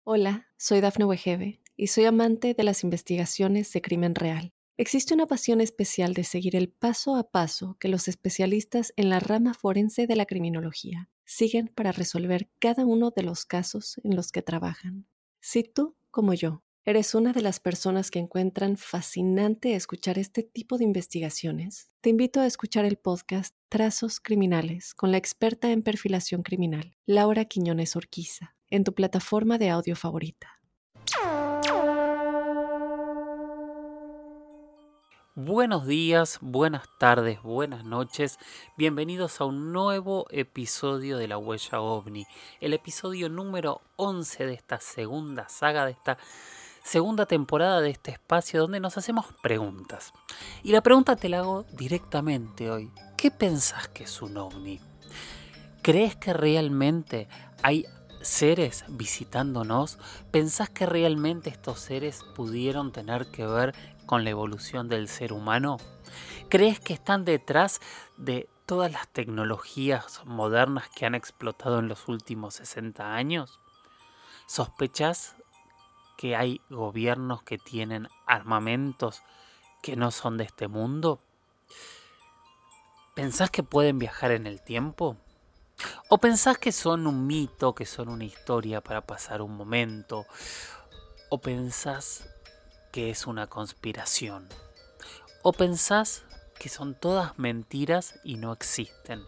Hola, soy Dafne Wegebe y soy amante de las investigaciones de crimen real. Existe una pasión especial de seguir el paso a paso que los especialistas en la rama forense de la criminología siguen para resolver cada uno de los casos en los que trabajan. Si tú, como yo, eres una de las personas que encuentran fascinante escuchar este tipo de investigaciones, te invito a escuchar el podcast Trazos Criminales con la experta en perfilación criminal, Laura Quiñones Orquiza, en tu plataforma de audio favorita. Buenos días, buenas tardes, buenas noches. Bienvenidos a un nuevo episodio de La Huella OVNI. El episodio número 11 de esta segunda saga, de esta segunda temporada de este espacio donde nos hacemos preguntas. Y la pregunta te la hago directamente hoy. ¿Qué pensás que es un OVNI? ¿Crees que realmente hay seres visitándonos? ¿Pensás que realmente estos seres pudieron tener que ver con la evolución del ser humano? ¿Crees que están detrás de todas las tecnologías modernas que han explotado en los últimos 60 años? ¿Sospechás que hay gobiernos que tienen armamentos que no son de este mundo? ¿Pensás que pueden viajar en el tiempo? ¿O pensás que son un mito, que son una historia para pasar un momento? ¿O pensás que es una conspiración? ¿O pensás que son todas mentiras y no existen?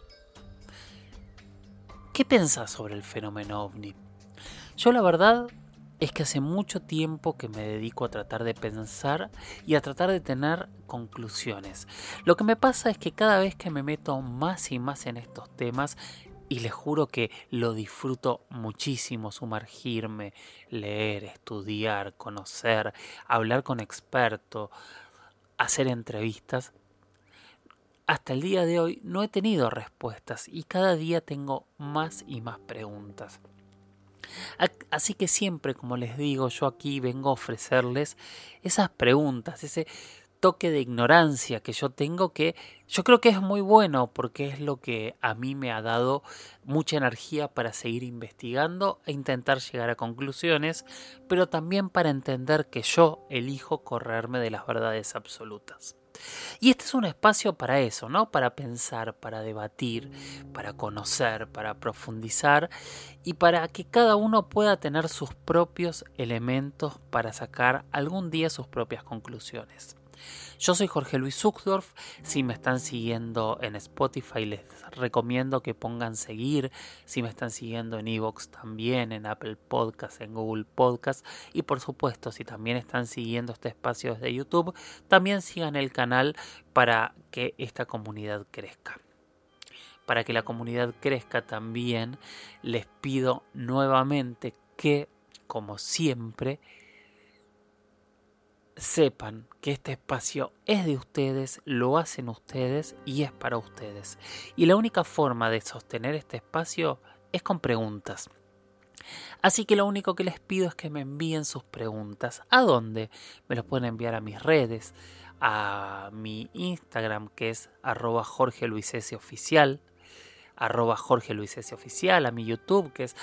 ¿Qué pensás sobre el fenómeno OVNI? Yo la verdad es que hace mucho tiempo que me dedico a tratar de pensar y a tratar de tener conclusiones. Lo que me pasa es que cada vez que me meto más y más en estos temas, y les juro que lo disfruto muchísimo, sumergirme, leer, estudiar, conocer, hablar con expertos, hacer entrevistas, hasta el día de hoy no he tenido respuestas y cada día tengo más y más preguntas. Así que siempre, como les digo, yo aquí vengo a ofrecerles esas preguntas, ese toque de ignorancia que yo tengo, que yo creo que es muy bueno porque es lo que a mí me ha dado mucha energía para seguir investigando e intentar llegar a conclusiones, pero también para entender que yo elijo correrme de las verdades absolutas. Y este es un espacio para eso, ¿no? Para pensar, para debatir, para conocer, para profundizar y para que cada uno pueda tener sus propios elementos para sacar algún día sus propias conclusiones. Yo soy Jorge Luis Zuckdorf. Si me están siguiendo en Spotify, les recomiendo que pongan seguir. Si me están siguiendo en iVoox también, en Apple Podcast, en Google Podcast. Y por supuesto, si también están siguiendo este espacio desde YouTube, también sigan el canal para que esta comunidad crezca. Para que la comunidad crezca también, les pido nuevamente que, como siempre, sepan que este espacio es de ustedes, lo hacen ustedes y es para ustedes. Y la única forma de sostener este espacio es con preguntas. Así que lo único que les pido es que me envíen sus preguntas. ¿A dónde? Me los pueden enviar a mis redes, a mi Instagram, que es @JorgeLuisSoficial, @JorgeLuisSoficial, a mi YouTube, que es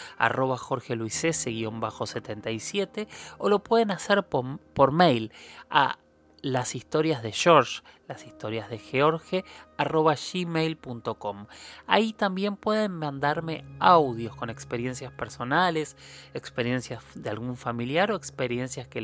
@JorgeLuisS_77, o lo pueden hacer por mail a las historias de George, las historias de George, @gmail.com. Ahí también pueden mandarme audios con experiencias personales, experiencias de algún familiar o experiencias que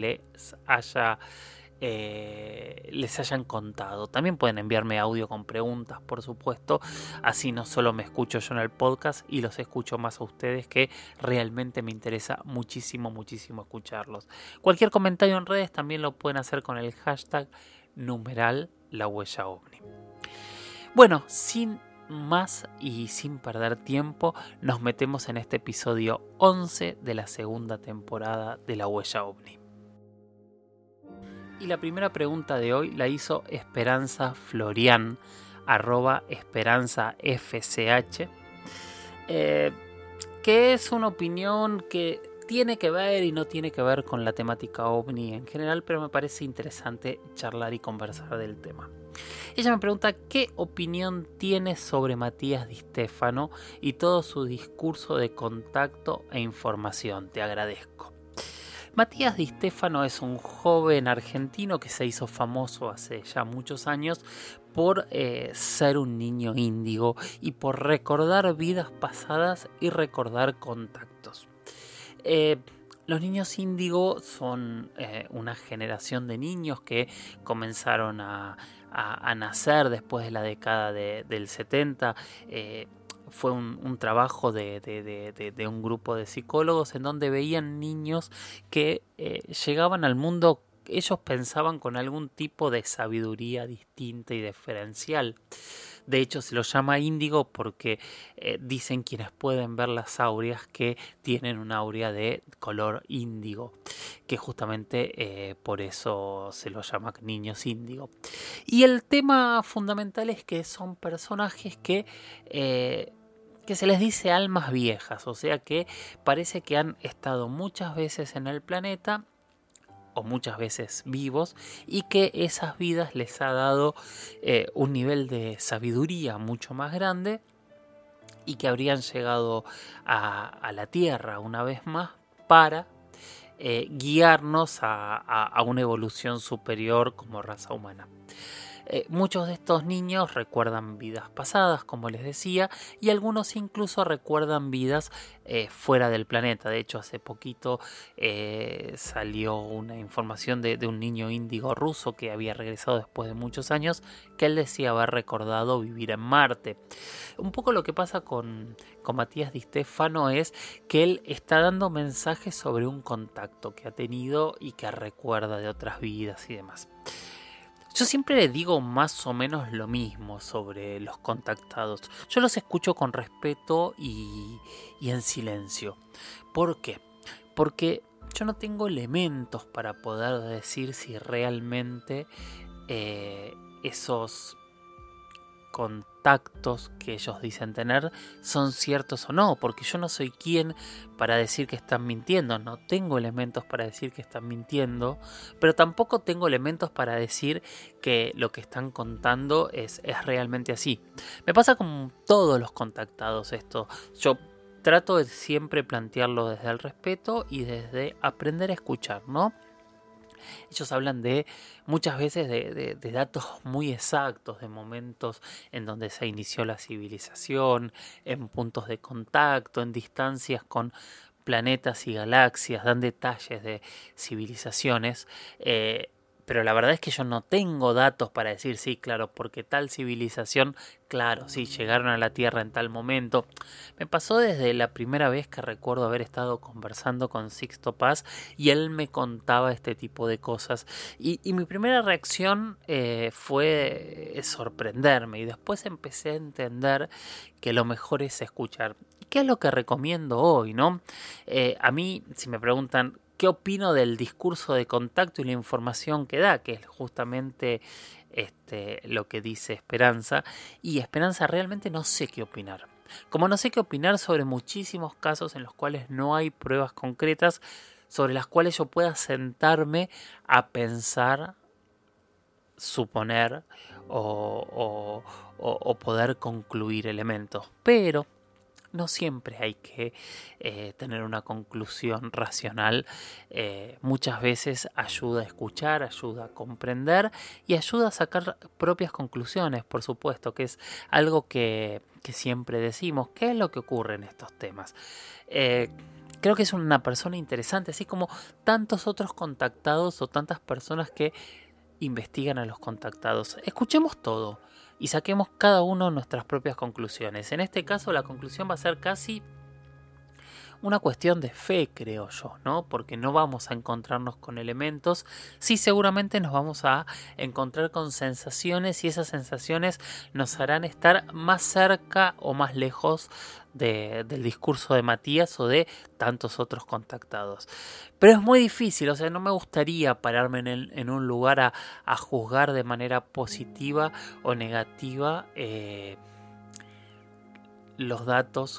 les hayan contado. También pueden enviarme audio con preguntas, por supuesto, así no solo me escucho yo en el podcast y los escucho más a ustedes, que realmente me interesa muchísimo, muchísimo escucharlos. Cualquier comentario en redes también lo pueden hacer con el hashtag numeral La Huella OVNI. Bueno, sin más y sin perder tiempo, nos metemos en este episodio 11 de la segunda temporada de La Huella OVNI. Y la primera pregunta de hoy la hizo Esperanza Florian, @EsperanzaFCH, que es una opinión que tiene que ver y no tiene que ver con la temática OVNI en general, pero me parece interesante charlar y conversar del tema. Ella me pregunta qué opinión tiene sobre Matías Di Stéfano y todo su discurso de contacto e información. Te agradezco. Matías Di Stefano es un joven argentino que se hizo famoso hace ya muchos años por ser un niño índigo y por recordar vidas pasadas y recordar contactos. Los niños índigo son una generación de niños que comenzaron a nacer después de la década del 70. Fue un trabajo de un grupo de psicólogos en donde veían niños que llegaban al mundo, ellos pensaban con algún tipo de sabiduría distinta y diferencial. De hecho, se los llama índigo porque dicen quienes pueden ver las aureas que tienen una aurea de color índigo, que justamente por eso se los llama niños índigo. Y el tema fundamental es que son personajes que se les dice almas viejas, o sea que parece que han estado muchas veces en el planeta o muchas veces vivos, y que esas vidas les ha dado un nivel de sabiduría mucho más grande y que habrían llegado a la Tierra una vez más para guiarnos a una evolución superior como raza humana. Muchos de estos niños recuerdan vidas pasadas, como les decía, y algunos incluso recuerdan vidas fuera del planeta. De hecho, hace poquito salió una información de un niño índigo ruso que había regresado después de muchos años, que él decía haber recordado vivir en Marte. Un poco lo que pasa con Matías Di Stefano es que él está dando mensajes sobre un contacto que ha tenido y que recuerda de otras vidas y demás. Yo siempre le digo más o menos lo mismo sobre los contactados. Yo los escucho con respeto y en silencio. ¿Por qué? Porque yo no tengo elementos para poder decir si realmente esos contactos que ellos dicen tener son ciertos o no, porque yo no soy quien para decir que están mintiendo, no tengo elementos para decir que están mintiendo, pero tampoco tengo elementos para decir que lo que están contando es realmente así. Me pasa con todos los contactados esto. Yo trato de siempre plantearlo desde el respeto y desde aprender a escuchar, ¿no? Ellos hablan muchas veces de datos muy exactos, de momentos en donde se inició la civilización, en puntos de contacto, en distancias con planetas y galaxias, dan detalles de civilizaciones, pero la verdad es que yo no tengo datos para decir, sí, claro, porque tal civilización, claro, sí, llegaron a la Tierra en tal momento. Me pasó desde la primera vez que recuerdo haber estado conversando con Sixto Paz y él me contaba este tipo de cosas. Y mi primera reacción fue sorprenderme, y después empecé a entender que lo mejor es escuchar. ¿Qué es lo que recomiendo hoy, no? A mí, si me preguntan ¿qué opino del discurso de contacto y la información que da? Que es justamente lo que dice Esperanza. Y Esperanza realmente no sé qué opinar. Como no sé qué opinar sobre muchísimos casos en los cuales no hay pruebas concretas sobre las cuales yo pueda sentarme a pensar, suponer o poder concluir elementos. Pero no siempre hay que tener una conclusión racional. Muchas veces ayuda a escuchar, ayuda a comprender y ayuda a sacar propias conclusiones, por supuesto, que es algo que siempre decimos. ¿Qué es lo que ocurre en estos temas? Creo que es una persona interesante, así como tantos otros contactados o tantas personas que investigan a los contactados. Escuchemos todo y saquemos cada uno nuestras propias conclusiones. En este caso la conclusión va a ser casi una cuestión de fe, creo yo, ¿no? Porque no vamos a encontrarnos con elementos, sí seguramente nos vamos a encontrar con sensaciones, y esas sensaciones nos harán estar más cerca o más lejos del discurso de Matías o de tantos otros contactados. Pero es muy difícil, o sea, no me gustaría pararme en un lugar a juzgar de manera positiva o negativa los datos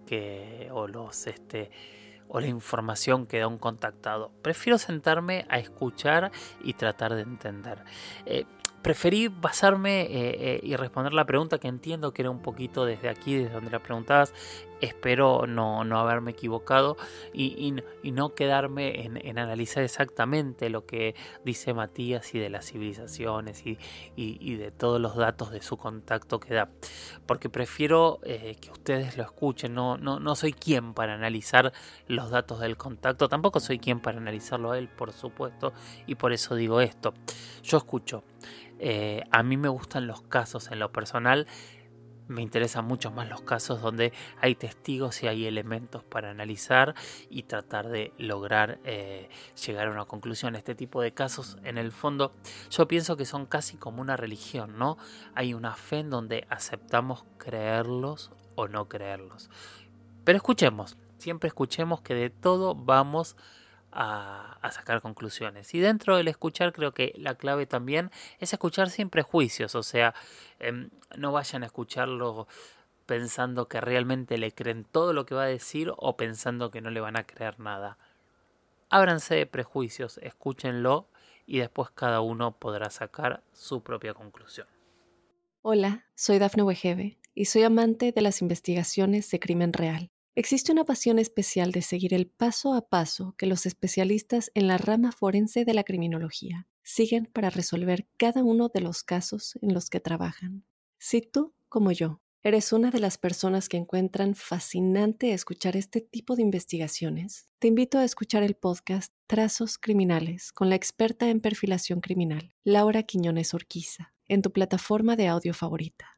o la información que da un contactado. Prefiero sentarme a escuchar y tratar de entender. Preferí basarme y responder la pregunta, que entiendo que era un poquito desde aquí, desde donde la preguntabas, Espero no haberme equivocado y no quedarme en analizar exactamente lo que dice Matías y de las civilizaciones y de todos los datos de su contacto que da. Porque prefiero que ustedes lo escuchen. No soy quien para analizar los datos del contacto. Tampoco soy quien para analizarlo a él, por supuesto. Y por eso digo esto. Yo escucho. A mí me gustan los casos en lo personal. Me interesan mucho más los casos donde hay testigos y hay elementos para analizar y tratar de lograr llegar a una conclusión. Este tipo de casos, en el fondo, yo pienso que son casi como una religión, ¿no? Hay una fe en donde aceptamos creerlos o no creerlos. Pero escuchemos, siempre escuchemos que de todo vamos a sacar conclusiones. Y dentro del escuchar creo que la clave también es escuchar sin prejuicios, o sea, no vayan a escucharlo pensando que realmente le creen todo lo que va a decir o pensando que no le van a creer nada. Ábranse de prejuicios, escúchenlo y después cada uno podrá sacar su propia conclusión. Hola, soy Dafne Wegebe y soy amante de las investigaciones de crimen real. Existe una pasión especial de seguir el paso a paso que los especialistas en la rama forense de la criminología siguen para resolver cada uno de los casos en los que trabajan. Si tú, como yo, eres una de las personas que encuentran fascinante escuchar este tipo de investigaciones, te invito a escuchar el podcast Trazos Criminales con la experta en perfilación criminal, Laura Quiñones Orquiza, en tu plataforma de audio favorita.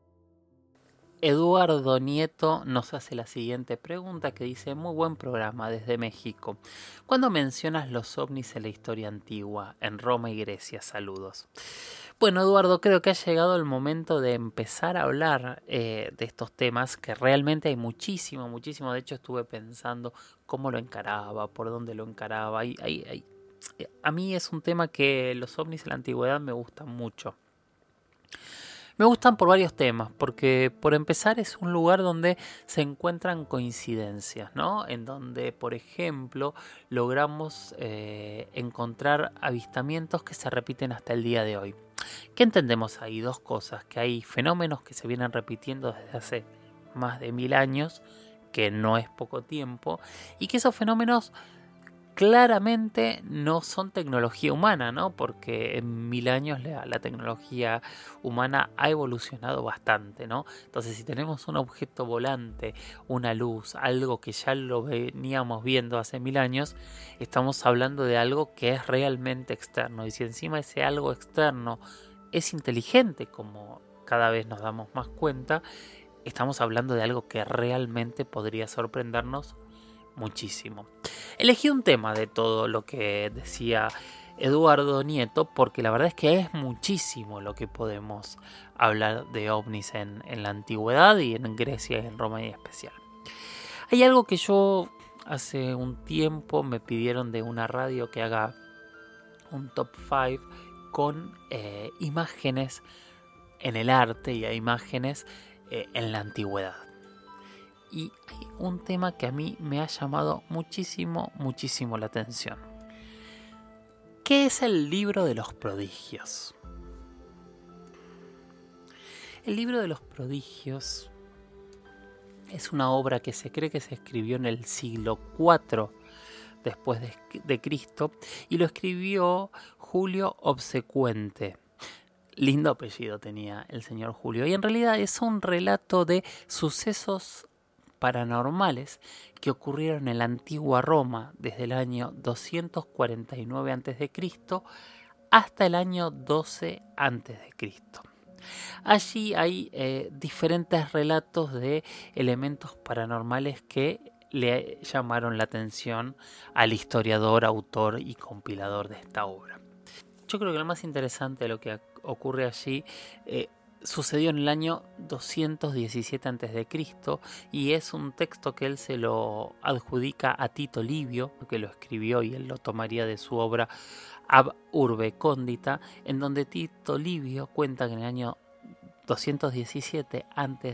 Eduardo Nieto nos hace la siguiente pregunta que dice: muy buen programa desde México. ¿Cuándo mencionas los ovnis en la historia antigua, en Roma y Grecia? Saludos. Bueno, Eduardo, creo que ha llegado el momento de empezar a hablar de estos temas, que realmente hay muchísimo. De hecho, estuve pensando cómo lo encaraba, por dónde lo encaraba. A mí es un tema que los ovnis en la antigüedad me gustan mucho. Me gustan por varios temas, porque por empezar es un lugar donde se encuentran coincidencias, ¿no? En donde, por ejemplo, logramos encontrar avistamientos que se repiten hasta el día de hoy. ¿Qué entendemos ahí? Dos cosas: que hay fenómenos que se vienen repitiendo desde hace más de 1000 años, que no es poco tiempo, y que esos fenómenos claramente no son tecnología humana, ¿no? Porque en 1000 años la tecnología humana ha evolucionado bastante, ¿no? Entonces, si tenemos un objeto volante, una luz, algo que ya lo veníamos viendo hace 1000 años, estamos hablando de algo que es realmente externo. Y si encima ese algo externo es inteligente, como cada vez nos damos más cuenta, estamos hablando de algo que realmente podría sorprendernos muchísimo. Elegí un tema de todo lo que decía Eduardo Nieto, porque la verdad es que es muchísimo lo que podemos hablar de ovnis en la antigüedad y en Grecia y en Roma en especial. Hay algo que yo hace un tiempo me pidieron de una radio que haga un top 5 con imágenes en el arte y imágenes en la antigüedad. Y hay un tema que a mí me ha llamado muchísimo la atención. ¿Qué es el libro de los prodigios? El libro de los prodigios es una obra que se cree que se escribió en el siglo IV después de Cristo y lo escribió Julio Obsecuente. Lindo apellido tenía el señor Julio, y en realidad es un relato de sucesos paranormales que ocurrieron en la antigua Roma desde el año 249 a.C. hasta el año 12 a.C. Allí hay diferentes relatos de elementos paranormales que le llamaron la atención al historiador, autor y compilador de esta obra. Yo creo que lo más interesante de lo que ocurre allí sucedió en el año 217 a.C. y es un texto que él se lo adjudica a Tito Livio, que lo escribió y él lo tomaría de su obra Ab Urbe Condita, en donde Tito Livio cuenta que en el año 217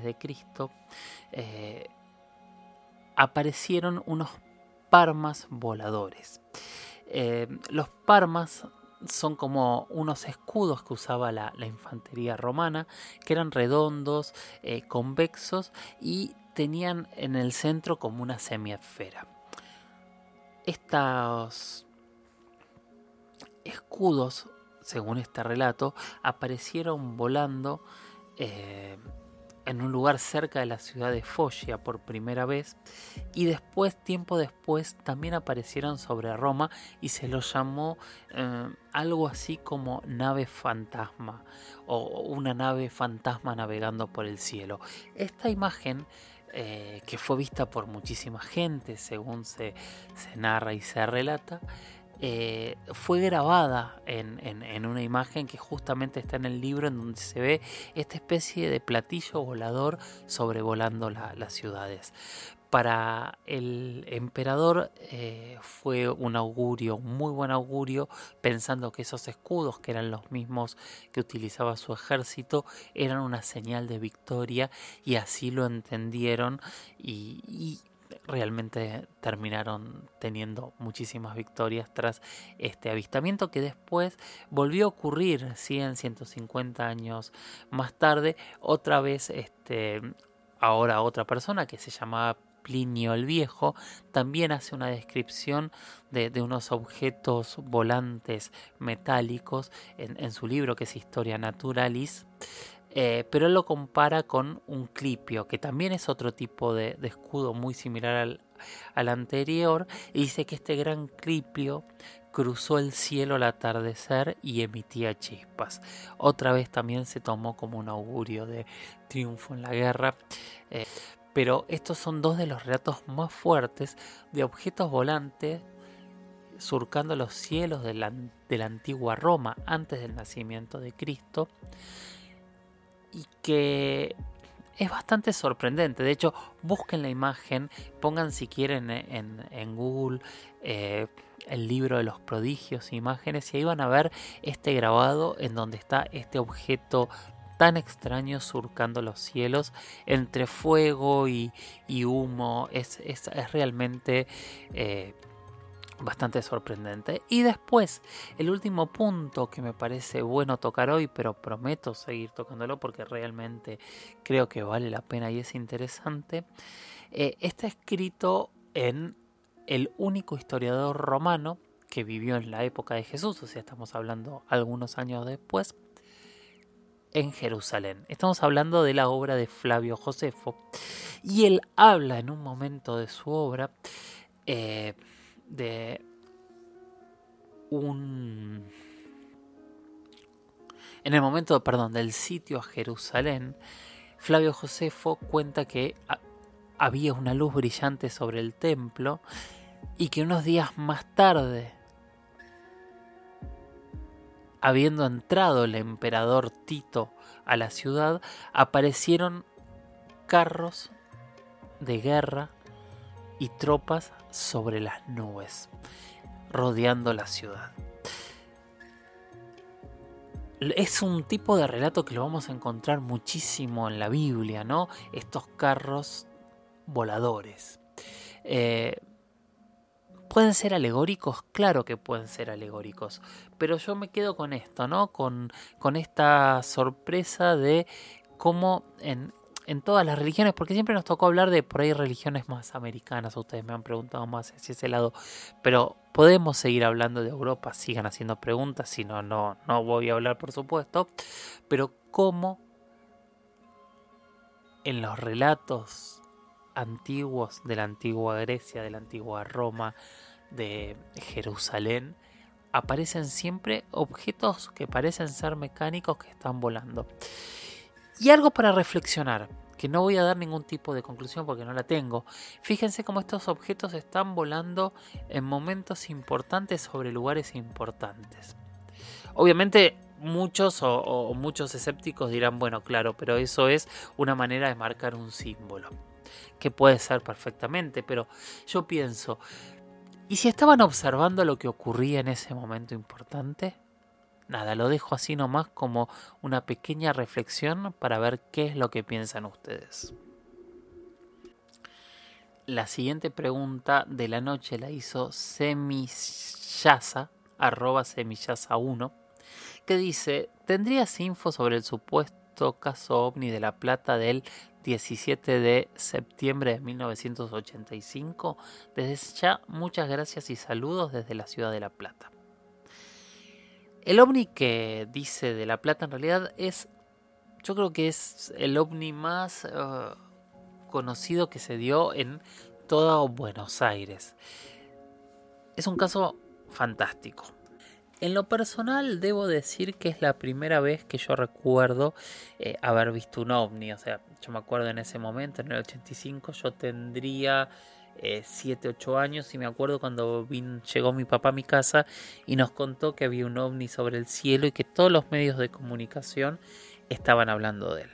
a.C. Aparecieron unos parmas voladores. Los parmas son como unos escudos que usaba la infantería romana, que eran redondos, convexos y tenían en el centro como una semiesfera. Estos escudos, según este relato, aparecieron volando en un lugar cerca de la ciudad de Foggia por primera vez, y después, tiempo después, también aparecieron sobre Roma y se los llamó algo así como nave fantasma o una nave fantasma navegando por el cielo. Esta imagen, que fue vista por muchísima gente según se narra y se relata, fue grabada en una imagen que justamente está en el libro, en donde se ve esta especie de platillo volador sobrevolando las ciudades. Para el emperador fue un augurio, un muy buen augurio, pensando que esos escudos, que eran los mismos que utilizaba su ejército, eran una señal de victoria, y así lo entendieron, y realmente terminaron teniendo muchísimas victorias tras este avistamiento, que después volvió a ocurrir 150 años más tarde. Otra vez, ahora otra persona que se llamaba Plinio el Viejo también hace una descripción de unos objetos volantes metálicos en su libro, que es Historia Naturalis. Pero él lo compara con un clipio, que también es otro tipo de escudo muy similar al anterior, y dice que este gran clipio cruzó el cielo al atardecer y emitía chispas. Otra vez también se tomó como un augurio de triunfo en la guerra. Pero estos son dos de los relatos más fuertes de objetos volantes surcando los cielos de la antigua Roma antes del nacimiento de Cristo, y que es bastante sorprendente. De hecho, busquen la imagen, pongan si quieren en Google el libro de los prodigios, imágenes, y ahí van a ver este grabado en donde está este objeto tan extraño surcando los cielos entre fuego y humo. Es realmente bastante sorprendente. Y después, el último punto que me parece bueno tocar hoy, pero prometo seguir tocándolo porque realmente creo que vale la pena y es interesante, está escrito en el único historiador romano que vivió en la época de Jesús, o sea, estamos hablando algunos años después, en Jerusalén. Estamos hablando de la obra de Flavio Josefo, y él habla en un momento de su obra de en el momento, del sitio a Jerusalén. Flavio Josefo cuenta que había una luz brillante sobre el templo, y que unos días más tarde, habiendo entrado el emperador Tito a la ciudad, aparecieron carros de guerra y tropas sobre las nubes, rodeando la ciudad. Es un tipo de relato que lo vamos a encontrar muchísimo en la Biblia, ¿no? Estos carros voladores. ¿Pueden ser alegóricos? Claro que pueden ser alegóricos, pero yo me quedo con esto, ¿no? Con esta sorpresa de cómo en todas las religiones, porque siempre nos tocó hablar de por ahí religiones más americanas, ustedes me han preguntado más hacia ese lado, pero podemos seguir hablando de Europa, sigan haciendo preguntas, si no, no voy a hablar, por supuesto, pero cómo en los relatos antiguos de la antigua Grecia, de la antigua Roma, de Jerusalén, aparecen siempre objetos que parecen ser mecánicos que están volando. Y algo para reflexionar, que no voy a dar ningún tipo de conclusión porque no la tengo. Fíjense cómo estos objetos están volando en momentos importantes sobre lugares importantes. Obviamente muchos o muchos escépticos dirán, bueno, claro, pero eso es una manera de marcar un símbolo, que puede ser perfectamente, pero yo pienso, ¿y si estaban observando lo que ocurría en ese momento importante? Nada, lo dejo así nomás como una pequeña reflexión para ver qué es lo que piensan ustedes. La siguiente pregunta de la noche la hizo Semillaza, @semillaza1, que dice: ¿tendrías info sobre el supuesto caso ovni de La Plata del 17 de septiembre de 1985. Desde ya, muchas gracias y saludos desde la ciudad de La Plata. El ovni que dice de La Plata en realidad yo creo que es el ovni más conocido que se dio en todo Buenos Aires. Es un caso fantástico. En lo personal debo decir que es la primera vez que yo recuerdo haber visto un ovni. O sea, yo me acuerdo en ese momento, en el 85, yo tendría 7, 8 años y me acuerdo cuando llegó mi papá a mi casa y nos contó que había un ovni sobre el cielo y que todos los medios de comunicación estaban hablando de él.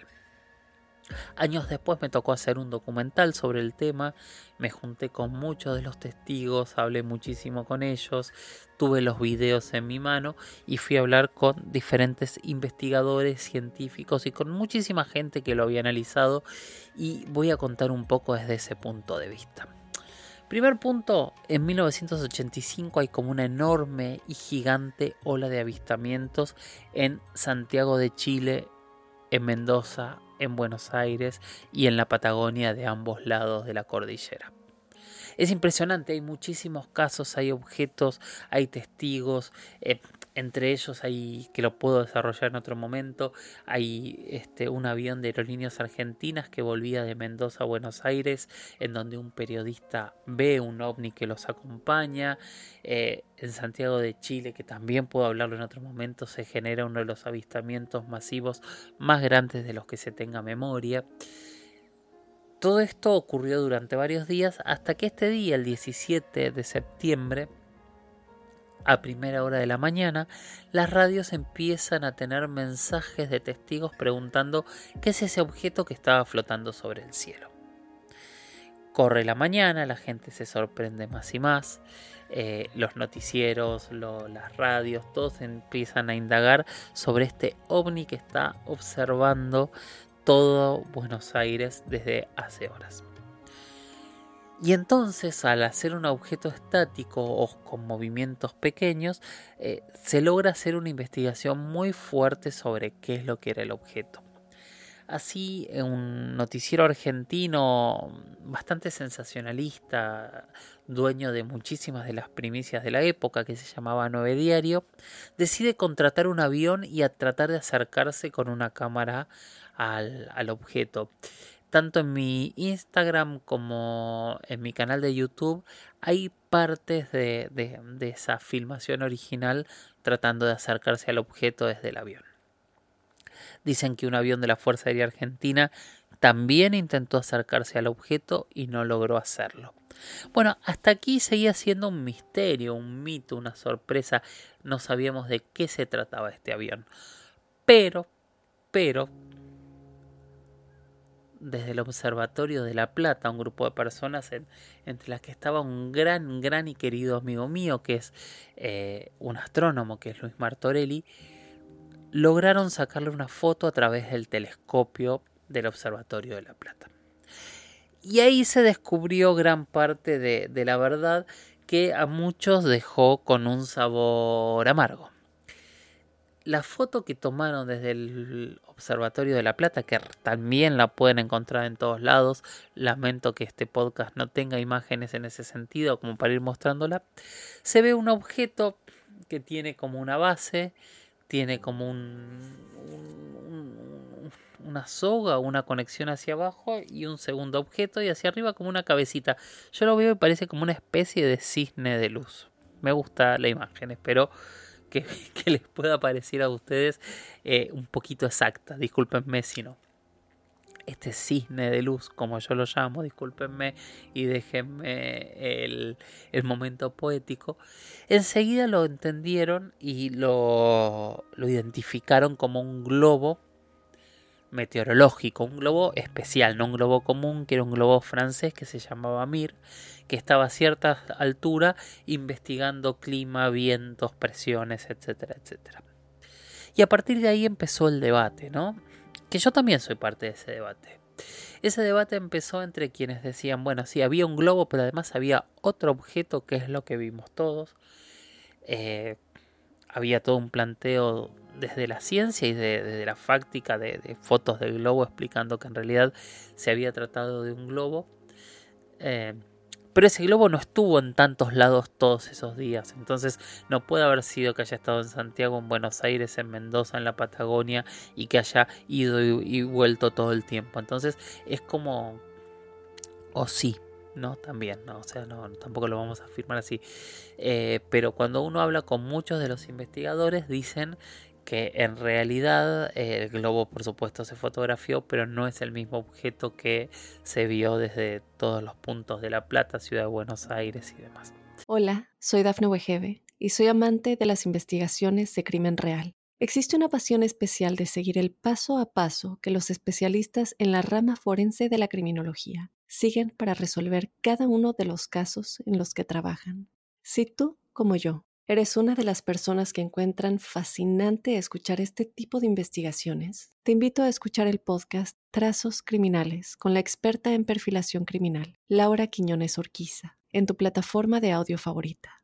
Años después me tocó hacer un documental sobre el tema, me junté con muchos de los testigos, hablé muchísimo con ellos, tuve los videos en mi mano y fui a hablar con diferentes investigadores, científicos y con muchísima gente que lo había analizado, y voy a contar un poco desde ese punto de vista. Primer punto, en 1985 hay como una enorme y gigante ola de avistamientos en Santiago de Chile, en Mendoza, en Buenos Aires y en la Patagonia de ambos lados de la cordillera. Es impresionante, hay muchísimos casos, hay objetos, hay testigos, entre ellos hay, que lo puedo desarrollar en otro momento, hay un avión de Aerolíneas Argentinas que volvía de Mendoza a Buenos Aires, en donde un periodista ve un ovni que los acompaña. En Santiago de Chile, que también puedo hablarlo en otro momento, se genera uno de los avistamientos masivos más grandes de los que se tenga memoria. Todo esto ocurrió durante varios días hasta que este día, el 17 de septiembre, a primera hora de la mañana, las radios empiezan a tener mensajes de testigos preguntando qué es ese objeto que estaba flotando sobre el cielo. Corre la mañana, la gente se sorprende más y más, los noticieros, las radios, todos empiezan a indagar sobre este ovni que está observando todo Buenos Aires desde hace horas. Y entonces, al hacer un objeto estático o con movimientos pequeños, se logra hacer una investigación muy fuerte sobre qué es lo que era el objeto. Así, un noticiero argentino bastante sensacionalista, dueño de muchísimas de las primicias de la época, que se llamaba 9 Diario, decide contratar un avión y a tratar de acercarse con una cámara al objeto. Tanto en mi Instagram como en mi canal de YouTube hay partes de esa filmación original tratando de acercarse al objeto desde el avión. Dicen que un avión de la Fuerza Aérea Argentina también intentó acercarse al objeto y no logró hacerlo. Bueno, hasta aquí seguía siendo un misterio, un mito, una sorpresa. No sabíamos de qué se trataba este avión. Pero, desde el Observatorio de La Plata, un grupo de personas entre las que estaba un gran y querido amigo mío, que es un astrónomo, que es Luis Martorelli, lograron sacarle una foto a través del telescopio del Observatorio de La Plata. Y ahí se descubrió gran parte de la verdad, que a muchos dejó con un sabor amargo. La foto que tomaron desde el Observatorio de La Plata, que también la pueden encontrar en todos lados, lamento que este podcast no tenga imágenes en ese sentido como para ir mostrándola, se ve un objeto que tiene como una base, tiene como una soga, una conexión hacia abajo y un segundo objeto, y hacia arriba como una cabecita. Yo lo veo y parece como una especie de cisne de luz. Me gusta la imagen, espero que les pueda parecer a ustedes un poquito exacta. Discúlpenme si no. Este cisne de luz, como yo lo llamo, discúlpenme y déjenme el momento poético. Enseguida lo entendieron y lo identificaron como un globo meteorológico, un globo especial, no un globo común, que era un globo francés que se llamaba Mir, que estaba a cierta altura investigando clima, vientos, presiones, etcétera, etcétera. Y a partir de ahí empezó el debate, ¿no? Que yo también soy parte de ese debate. Ese debate empezó entre quienes decían, bueno, sí, había un globo, pero además había otro objeto que es lo que vimos todos. Había todo un planteo desde la ciencia y desde la fáctica de fotos del globo explicando que en realidad se había tratado de un globo. Pero ese globo no estuvo en tantos lados todos esos días. Entonces no puede haber sido que haya estado en Santiago, en Buenos Aires, en Mendoza, en la Patagonia y que haya ido y vuelto todo el tiempo. Entonces es como... O sí, ¿no? También, ¿no? O sea, no, tampoco lo vamos a afirmar así. Pero cuando uno habla con muchos de los investigadores dicen que en realidad el globo por supuesto se fotografió, pero no es el mismo objeto que se vio desde todos los puntos de La Plata, Ciudad de Buenos Aires y demás. Hola, soy Dafne Wegebe y soy amante de las investigaciones de crimen real. Existe una pasión especial de seguir el paso a paso que los especialistas en la rama forense de la criminología siguen para resolver cada uno de los casos en los que trabajan. Si tú, como yo, ¿eres una de las personas que encuentran fascinante escuchar este tipo de investigaciones? Te invito a escuchar el podcast Trazos Criminales con la experta en perfilación criminal, Laura Quiñones Orquiza, en tu plataforma de audio favorita.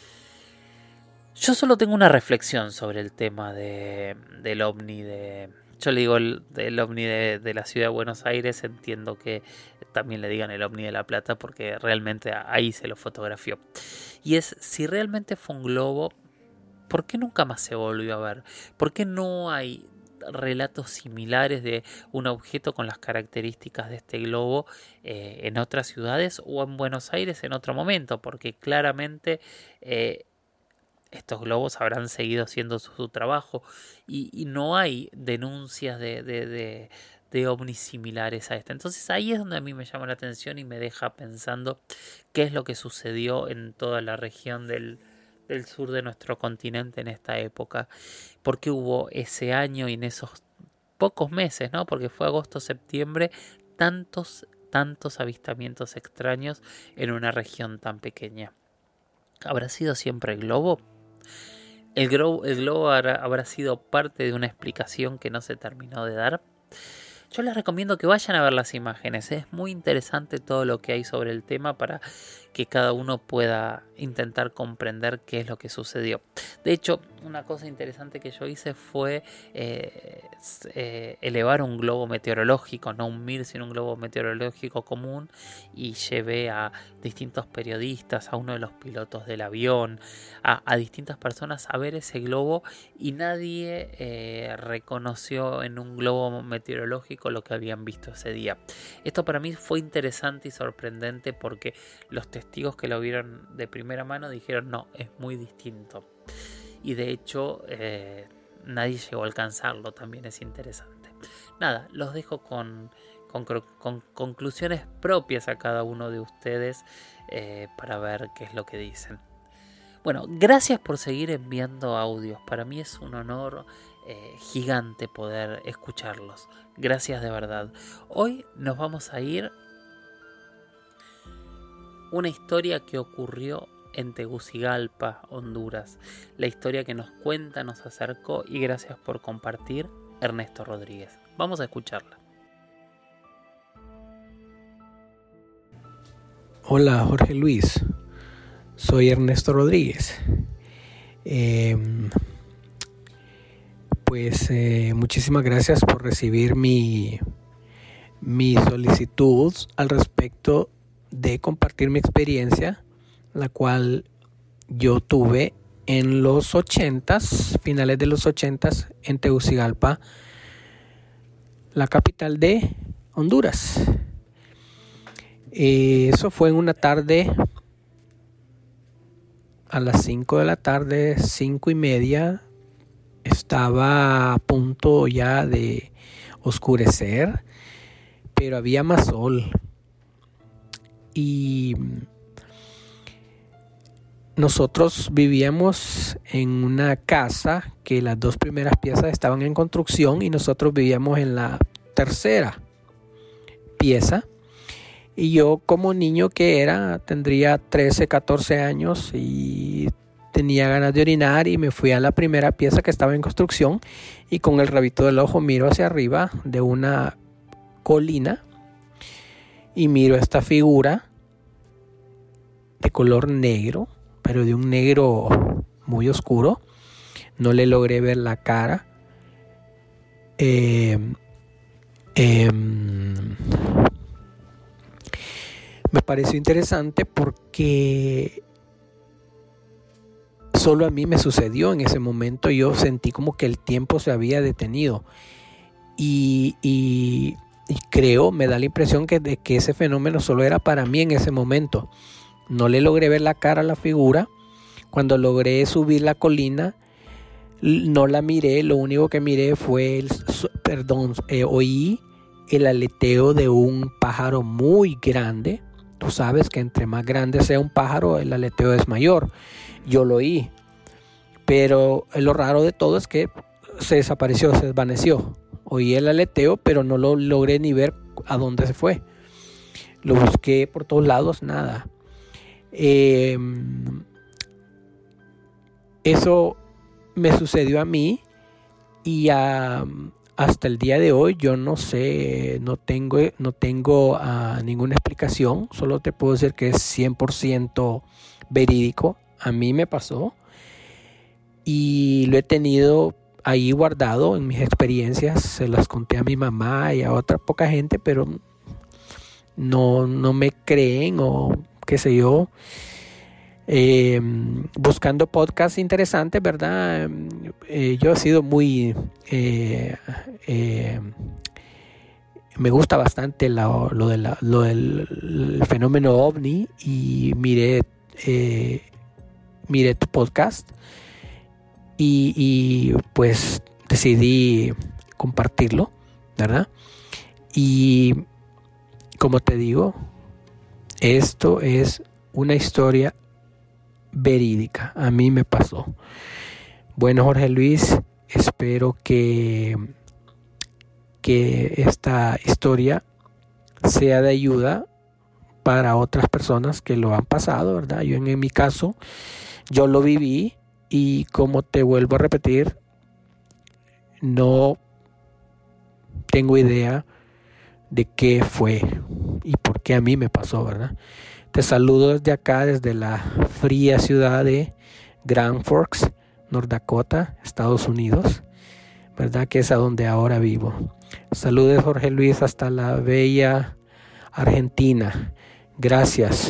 Yo solo tengo una reflexión sobre el tema del ovni yo le digo del ovni de la ciudad de Buenos Aires, entiendo que también le digan el ovni de La Plata porque realmente ahí se lo fotografió. Y es, si realmente fue un globo, ¿por qué nunca más se volvió a ver? ¿Por qué no hay relatos similares de un objeto con las características de este globo en otras ciudades o en Buenos Aires en otro momento? Porque claramente... estos globos habrán seguido haciendo su trabajo y no hay denuncias de ovnis similares a esta. Entonces ahí es donde a mí me llama la atención y me deja pensando qué es lo que sucedió en toda la región del sur de nuestro continente en esta época. ¿Por qué hubo ese año y en esos pocos meses, ¿no? Porque fue agosto-septiembre, tantos avistamientos extraños en una región tan pequeña? ¿Habrá sido siempre el globo? ¿El globo habrá sido parte de una explicación que no se terminó de dar? Yo les recomiendo que vayan a ver las imágenes. Es muy interesante todo lo que hay sobre el tema para que cada uno pueda intentar comprender qué es lo que sucedió. De hecho, una cosa interesante que yo hice fue elevar un globo meteorológico, no un MIR, sino un globo meteorológico común, y llevé a distintos periodistas, a uno de los pilotos del avión, a distintas personas a ver ese globo, y nadie reconoció en un globo meteorológico lo que habían visto ese día. Esto para mí fue interesante y sorprendente porque los testigos que lo vieron de primera mano dijeron no, es muy distinto. Y de hecho nadie llegó a alcanzarlo, también es interesante. Nada, los dejo con conclusiones propias a cada uno de ustedes para ver qué es lo que dicen. Bueno, gracias por seguir enviando audios. Para mí es un honor gigante poder escucharlos. Gracias de verdad. Hoy nos vamos a ir una historia que ocurrió en Tegucigalpa, Honduras. La historia que nos cuenta, nos acercó y gracias por compartir, Ernesto Rodríguez. Vamos a escucharla. Hola Jorge Luis, soy Ernesto Rodríguez. Muchísimas gracias por recibir mi solicitud al respecto de compartir mi experiencia, la cual yo tuve en los 80s, finales de los 80s, en Tegucigalpa, la capital de Honduras. Eso fue en una tarde a las 5 de la tarde, 5:30. Estaba a punto ya de oscurecer, pero había más sol. Y nosotros vivíamos en una casa que las 2 primeras piezas estaban en construcción y nosotros vivíamos en la tercera pieza. Y yo, como niño que era, tendría 13, 14 años y tenía ganas de orinar y me fui a la primera pieza que estaba en construcción y con el rabito del ojo miro hacia arriba de una colina y miro esta figura de color negro, pero de un negro muy oscuro. No le logré ver la cara, eh, eh, me pareció interesante porque solo a mí me sucedió en ese momento. Yo sentí como que el tiempo se había detenido y creo, me da la impresión de que ese fenómeno solo era para mí en ese momento. No le logré ver la cara a la figura. Cuando logré subir la colina, no la miré. Lo único que miré fue oí el aleteo de un pájaro muy grande. Tú sabes que entre más grande sea un pájaro, el aleteo es mayor. Yo lo oí, pero lo raro de todo es que se desapareció, se desvaneció. Oí el aleteo, pero no lo logré ni ver a dónde se fue. Lo busqué por todos lados, nada. Eso me sucedió a mí y hasta el día de hoy yo no sé, no tengo ninguna explicación. Solo te puedo decir que es 100% verídico. A mí me pasó y lo he tenido ahí guardado en mis experiencias. Se las conté a mi mamá y a otra poca gente, pero no me creen o qué sé yo. Buscando podcasts interesantes, ¿verdad? Yo he sido muy... me gusta bastante lo del fenómeno OVNI y miré tu podcast y pues decidí compartirlo, ¿verdad? Y como te digo, esto es una historia verídica. A mí me pasó. Bueno, Jorge Luis, espero que esta historia sea de ayuda para otras personas que lo han pasado, ¿verdad? Yo en mi caso, yo lo viví y como te vuelvo a repetir, no tengo idea de qué fue y por qué a mí me pasó, ¿verdad? Te saludo desde acá, desde la fría ciudad de Grand Forks, North Dakota, Estados Unidos, ¿verdad? Que es a donde ahora vivo. Saludos, Jorge Luis, hasta la bella Argentina. Gracias.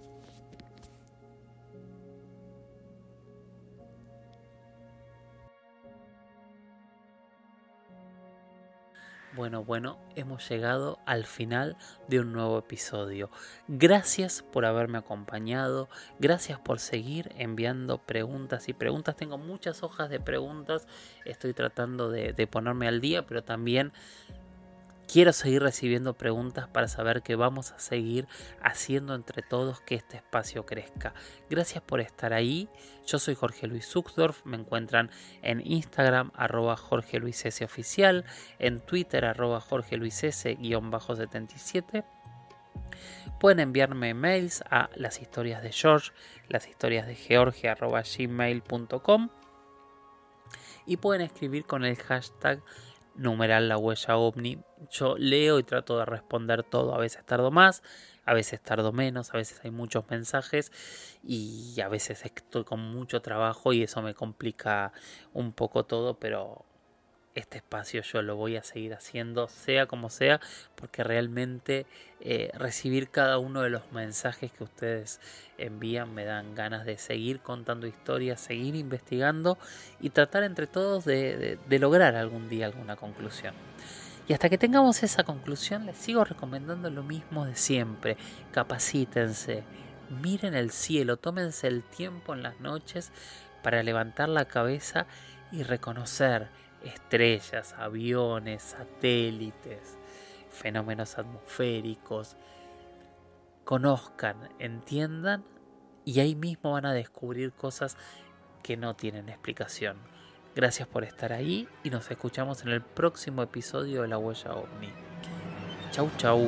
Bueno, hemos llegado al final de un nuevo episodio. Gracias por haberme acompañado, gracias por seguir enviando preguntas y preguntas. Tengo muchas hojas de preguntas, estoy tratando de ponerme al día, pero también quiero seguir recibiendo preguntas para saber que vamos a seguir haciendo entre todos que este espacio crezca. Gracias por estar ahí. Yo soy Jorge Luis Zuckdorf. Me encuentran en Instagram @JorgeLuisSoficial, en Twitter @JorgeLuisS_77. Pueden enviarme mails a las historias de George, las historias de George @gmail.com y pueden escribir con el hashtag numeral la huella ovni. Yo leo y trato de responder todo. A veces tardo más, a veces tardo menos, a veces hay muchos mensajes y a veces estoy con mucho trabajo y eso me complica un poco todo, pero este espacio yo lo voy a seguir haciendo, sea como sea, porque realmente recibir cada uno de los mensajes que ustedes envían me dan ganas de seguir contando historias, seguir investigando y tratar entre todos de lograr algún día alguna conclusión. Y hasta que tengamos esa conclusión, les sigo recomendando lo mismo de siempre. Capacítense, miren el cielo, tómense el tiempo en las noches para levantar la cabeza y reconocer estrellas, aviones, satélites, fenómenos atmosféricos. Conozcan, entiendan y ahí mismo van a descubrir cosas que no tienen explicación. Gracias por estar ahí y nos escuchamos en el próximo episodio de La Huella OVNI. Chau, chau.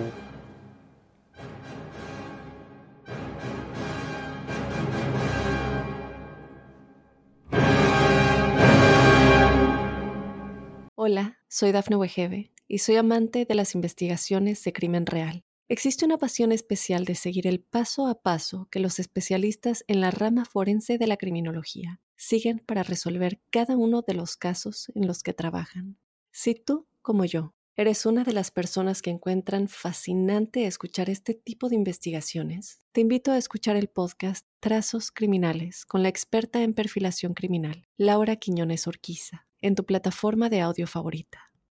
Hola, soy Dafne Wegebe y soy amante de las investigaciones de crimen real. Existe una pasión especial de seguir el paso a paso que los especialistas en la rama forense de la criminología siguen para resolver cada uno de los casos en los que trabajan. Si tú como yo, eres una de las personas que encuentran fascinante escuchar este tipo de investigaciones, te invito a escuchar el podcast Trazos Criminales con la experta en perfilación criminal, Laura Quiñones Orquiza, en tu plataforma de audio favorita.